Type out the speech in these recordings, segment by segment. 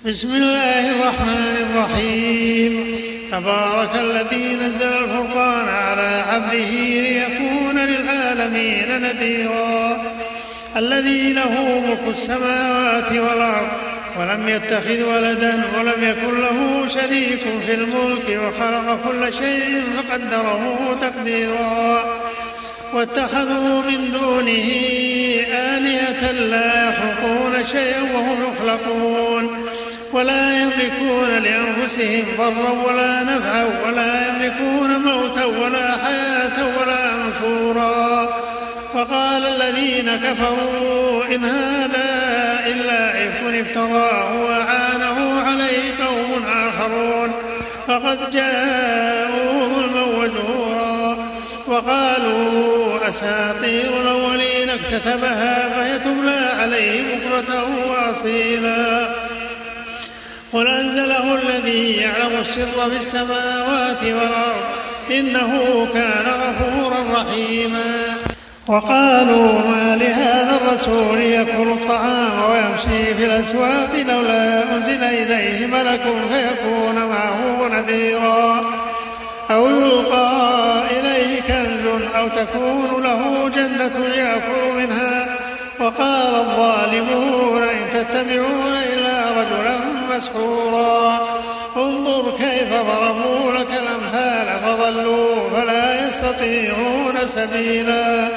بسم الله الرحمن الرحيم. تبارك الذي نزل الفرقان على عبده ليكون للعالمين نذيرا. الذي له ملك السماوات والأرض ولم يتخذ ولدا ولم يكن له شريك في الملك وخلق كل شيء فقدره تقديرا. واتخذوا من دونه آلهة لا يخلقون شيئا وهم يخلقون ولا يملكون لأنفسهم ضرا ولا نفعا ولا يملكون موتا ولا حياة ولا نشورا. وقال الذين كفروا إن هذا إلا إفك افتراه وأعانه عليه قوم آخرون فقد جاءوا ظلما وزورا. وقالوا أساطير الأولين اكتتبها فهي تملى عليه بكرة وأصيلا. قل أنزله الذي يعلم السر في السماوات والأرض إنه كان غفورا رحيما. وقالوا ما لهذا الرسول يأكل الطعام ويمشي في الأسواق لولا أنزل إليه ملك فيكون معه نذيرا أو يلقى إليه كنز أو تكون له جنة يأكل منها. وقال الظالمون إن تتبعون إلا رجلا مسحورا. انظر كيف ضربوا لك الأمثال فضلوا فلا يستطيعون سبيلا.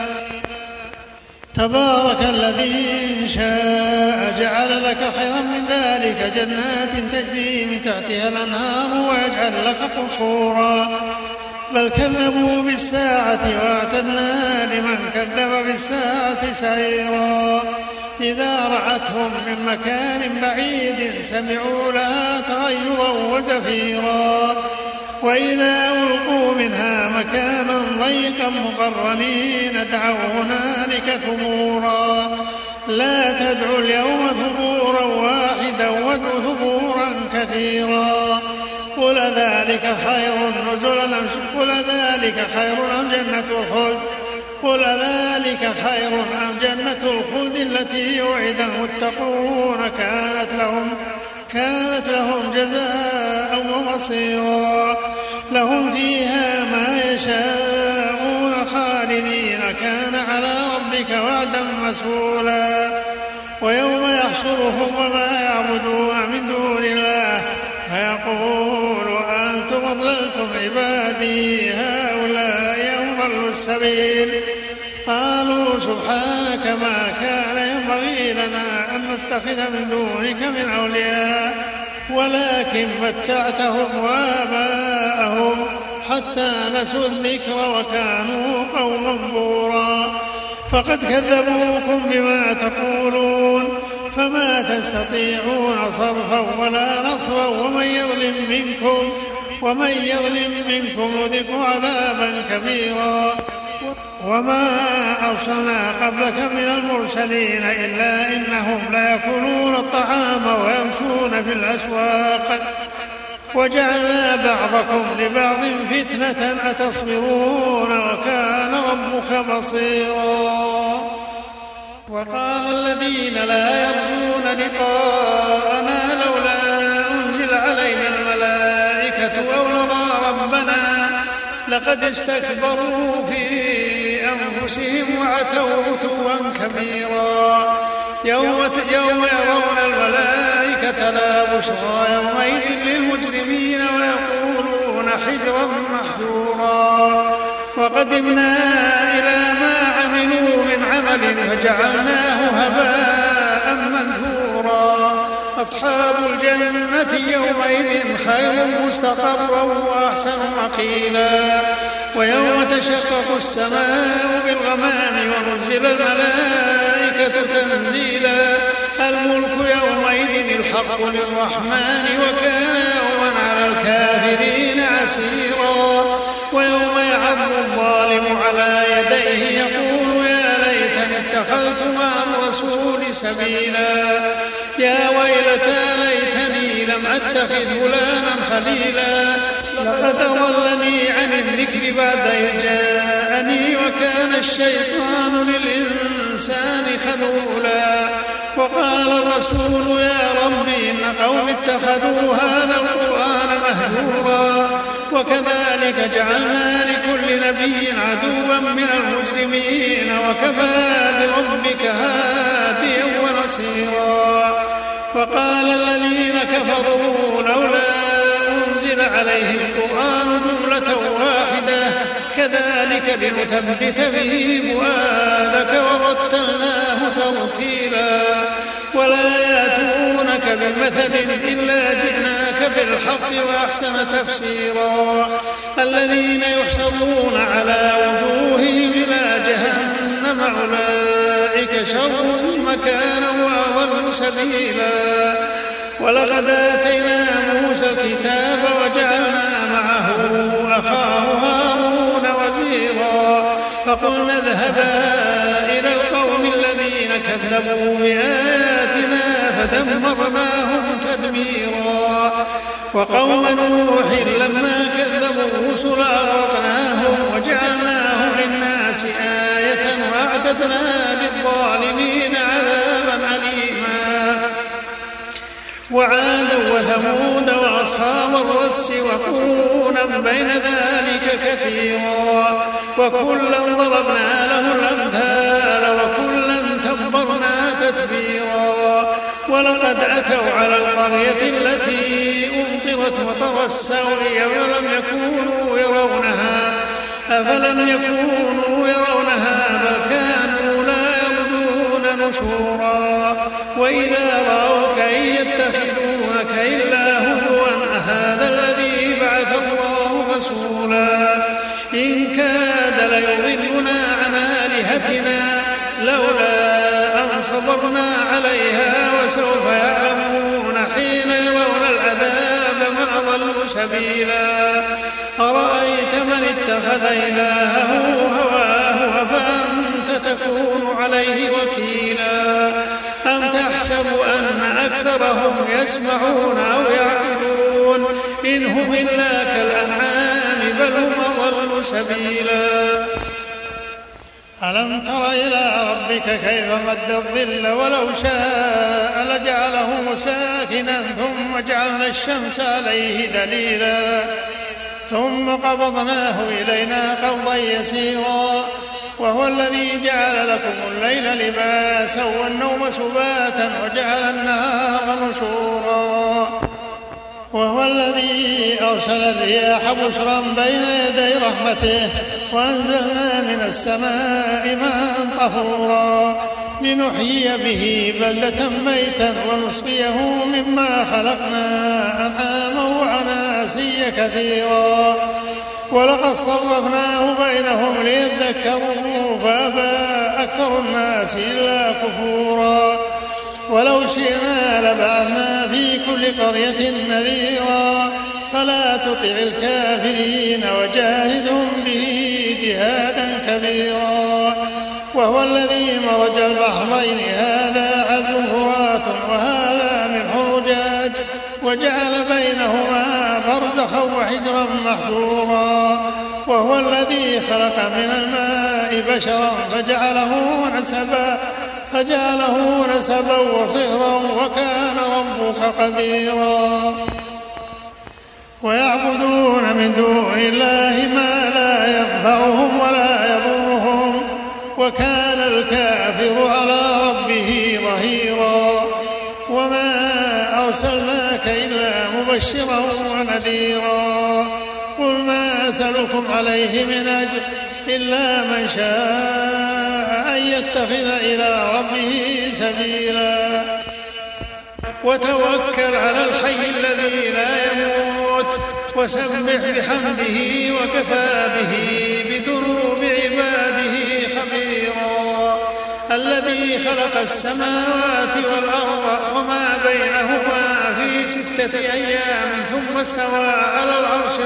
تبارك الذي إن شاء جعل لك خيرا من ذلك جنات تجري من تحتها الأنهار ويجعل لك قصورا. بل كذبوا بالساعة وأعتدنا لمن كذب بالساعة سعيرا. إذا رأتهم من مكان بعيد سمعوا لها تغيرا وزفيرا. وإذا ألقوا منها مكانا ضيقا مقرنين دعوا هنالك ثبورا. لا تدعوا اليوم ثبورا واحدا وادعوا ثبورا كثيرا. قل ذلك خير نزلا قل ذلك خير أم جنة الخلد قل ذلك خير أم جنة الخلد التي وعد المتقون كانت لهم جزاء ومصيرا. لهم فيها ما يشاءون خالدين كان على ربك وعدا مسئولا. ويوم يحشرهم وما يعبدون من دون الله فيقول أنتم أضللتم عبادي هؤلاء أم ضلوا السبيل. قالوا سبحانك ما كان ينبغي لنا أن نتخذ من دونك من أولياء ولكن متعتهم وآباءهم حتى نسوا الذكر وكانوا قوما بورا. فقد كذبوكم بما تقولون فما تستطيعون صرفا ولا نصرا ومن يظلم منكم نذقه عذابا كبيرا. وما أرسلنا قبلك من المرسلين إلا إنهم ليأكلون الطعام ويمشون في الأسواق وجعلنا بعضكم لبعض فتنة أتصبرون وكان ربك بصيرا. وقال الذين لا يرجون لقاءنا لولا أنزل علينا الملائكة أو نرى ربنا لقد استكبروا في أنفسهم وعتوا عتوا كبيرا. يوم يرون الملائكة لا بشرى يومئذ للمجرمين ويقولون حجرا محجورا. وقدمنا إلى ما عملوا من عمل فجعلناه هباء منثورا. أصحاب الجنة يومئذ خير مستقرا وأحسن مقيلا. ويوم تشقق السماء بالغمام ونزل الملائكة تنزيلا. الملك يومئذ الحق للرحمن وكان يوما على الكافرين عسيرا. ويوم يعض الظالم على يديه يقول يا ليتني اتخذت مع الرسول سبيلا. يا ويلتى ليتني لم أتخذ فلانا خليلا. لقد أضلني عن الذكر بعد إذ جاءني وكان الشيطان للإنسان خذولا. وقال الرسول يا رب إن قوم اتخذوا هذا القرآن مهجورا. وكذلك جعلنا لكل نبي عدوا من المجرمين وكفى بربك هاديا ونصيرا. وقال الذين كفروا لولا أنزل عليه القرآن جملة واحدة كذلك لنثبت به فؤادك ورتلناه ترتيلا. ولا يأتونك بمثل إلا جئناك بالحق وأحسن تفسيرا. الذين يحشرون على وجوههم إلى جهنم أولئك شر مكانا وأضل سبيلا. ولقد آتينا موسى الكتاب وجعلنا معه أخاه هارون وزيرا. فقلنا اذهبا إلى القوم الذين كذبوا بآياتنا فدمرناهم تدميرا. وقوم نوح لما كذبوا الرسل أغرقناهم وجعلناهم للناس آية وأعتدنا للظالمين عذابا أليما. وعادا وثمود وأصحاب الرس وقرونا بين ذلك كثيرا. وكلا ضربنا له الأمثال وكلا تبرنا تتبيرا. ولقد أتوا على القرية التي أمطرت مطر السوء أفلم يكونوا يرونها بل كانوا لا يرجون نشورا. وإذا رأوك إن يتخذونك إلا هزوا أهذا الذي بعث الله رسولا. إن كاد ليضلنا عن آلهتنا لولا أن صبرنا عليها. وسوف يعلمون حين يرون العذاب من أضل سبيلا. أرأيت من اتخذ إلهه هواه أفأنت تكون عليه وكيلا. أم تحسب أن أكثرهم يسمعون أو يعقلون إن هم إلا كالأنعام بل هم أضل سبيلا. ألم تر إلى ربك كيف مد الظل ولو شاء لجعله ساكنا ثم جعلنا الشمس عليه دليلا ثم قبضناه إلينا قبضا يسيرا. وهو الذي جعل لكم الليل لباسا والنوم سباتا وجعل النهار نشورا. وهو الذي أرسل الرياح بشرا بين يدي رحمته وأنزلنا من السماء ماء طهورا لنحيي به بلدة ميتا ونسقيه مما خلقنا أنعاما وأناسيا كثيرا. ولقد صرفناه بينهم ليذكروا فأبى أكثر الناس إلا كفورا. ولو شئنا لبعثنا في كل قرية نذيرا فلا تطع الكافرين وجاهدهم به جهادا كبيرا. وهو الذي مرج البحرين هذا عذب فرات وهذا ملح أجاج وجعل بينهما برزخا وحجرا محجورا. وهو الذي خلق من الماء بشرا فجعله نسبا وصهرا وكان ربك قديرا. ويعبدون من دون الله ما لا ينفعهم ولا يضرهم وكان الكافر على ربه ظهيرا. وما أرسلناك إلا مبشرا ونذيرا. قل ما أسألكم عليه من أجر إلا من شاء أن يتخذ إلى ربه سبيلا. وتوكل على الحي الذي لا يموت وسبح بحمده وكفى به بذنوب عباده خبيرا. الذي خلق السماوات والأرض وما بينهما في 6 أيام ثم استوى على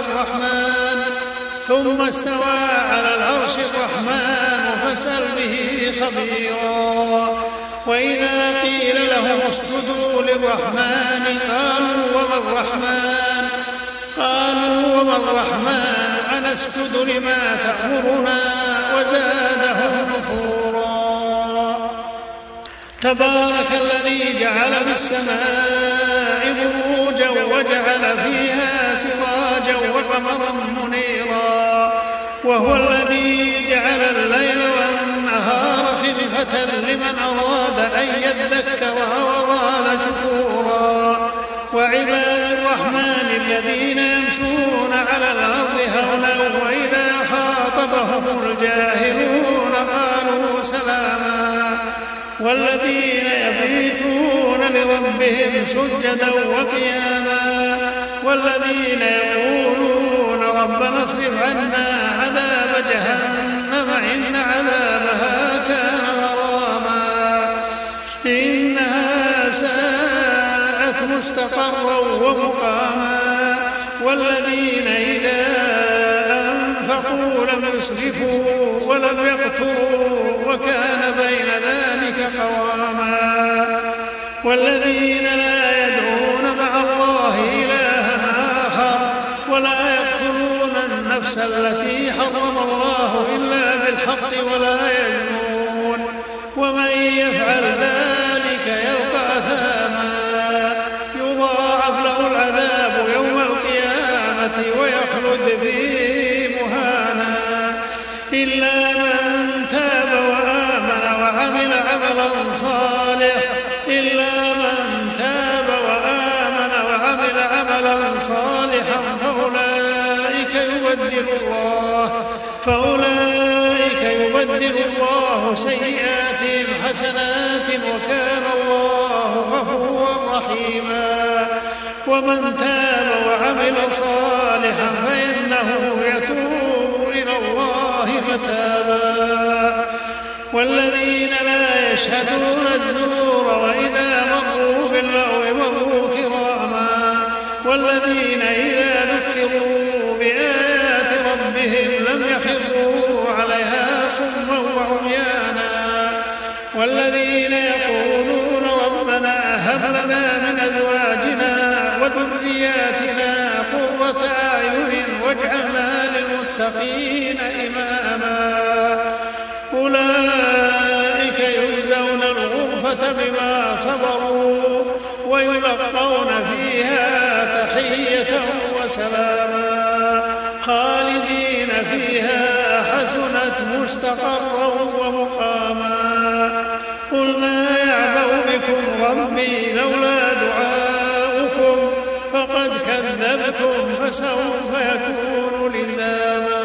العرش الرحمن فاسأل به خبيرا. وإذا قيل لهم اسجدوا للرحمن قالوا وما الرحمن أن اسجد لما تأمرنا وزادهم نفورا. تبارك الذي جعل في السماء بروجا وجعل فيها سراجا وقمرا منيرا، وهو الذي جعل الليل والنهار خلفة لمن أراد أن يذكر أو أراد شكورا. وعباد الرحمن الذين يمشون على الأرض هونا وإذا خاطبهم الجاهلون قالوا سلاما، والذين يبيتون لربهم سجدا وقياما، والذين يقولون ربنا اصرف عنا عذاب جهنم إن عذابها كان غراما إنها ساءت مستقرا ومقاما. والذين إذا أنفقوا لم يسرفوا ولم يقتروا وكان بين ذلك قواما. والذين لا يدعون مع الله إلها آخر ولا يقتلون النفس التي حرم الله إلا بالحق ولا يزنون، ومن يفعل ذلك يلقى أثاما يضاعف له العذاب يوم القيامة ويخلد فيه مهانا إلا من تاب وآمن وعمل عملا صالحا فأولئك يبدل الله سيئاتهم حسنات وكان الله غفورا رحيما. ومن تاب وعمل صالحا فإنه يتوب إلى الله متابا. والذين لا يشهدون الزور وإذا مروا باللغو مروا كراما. والذين إذا ذكروا بآيات ربهم لم يخروا عليها صما وعميانا. والذين يقولون ربنا هب لنا من أزواجنا وذرياتنا قرة أعين واجعلنا للمتقين إماما. أولئك يجزون الغرفة بما صبروا ويلقون فيها تحية وسلاما خالدين فيها حسنت مستقرا ومقاما. قل ما يعبأ بكم ربي لولا دعاؤكم فقد كذبتم فسوف يكون لزاما.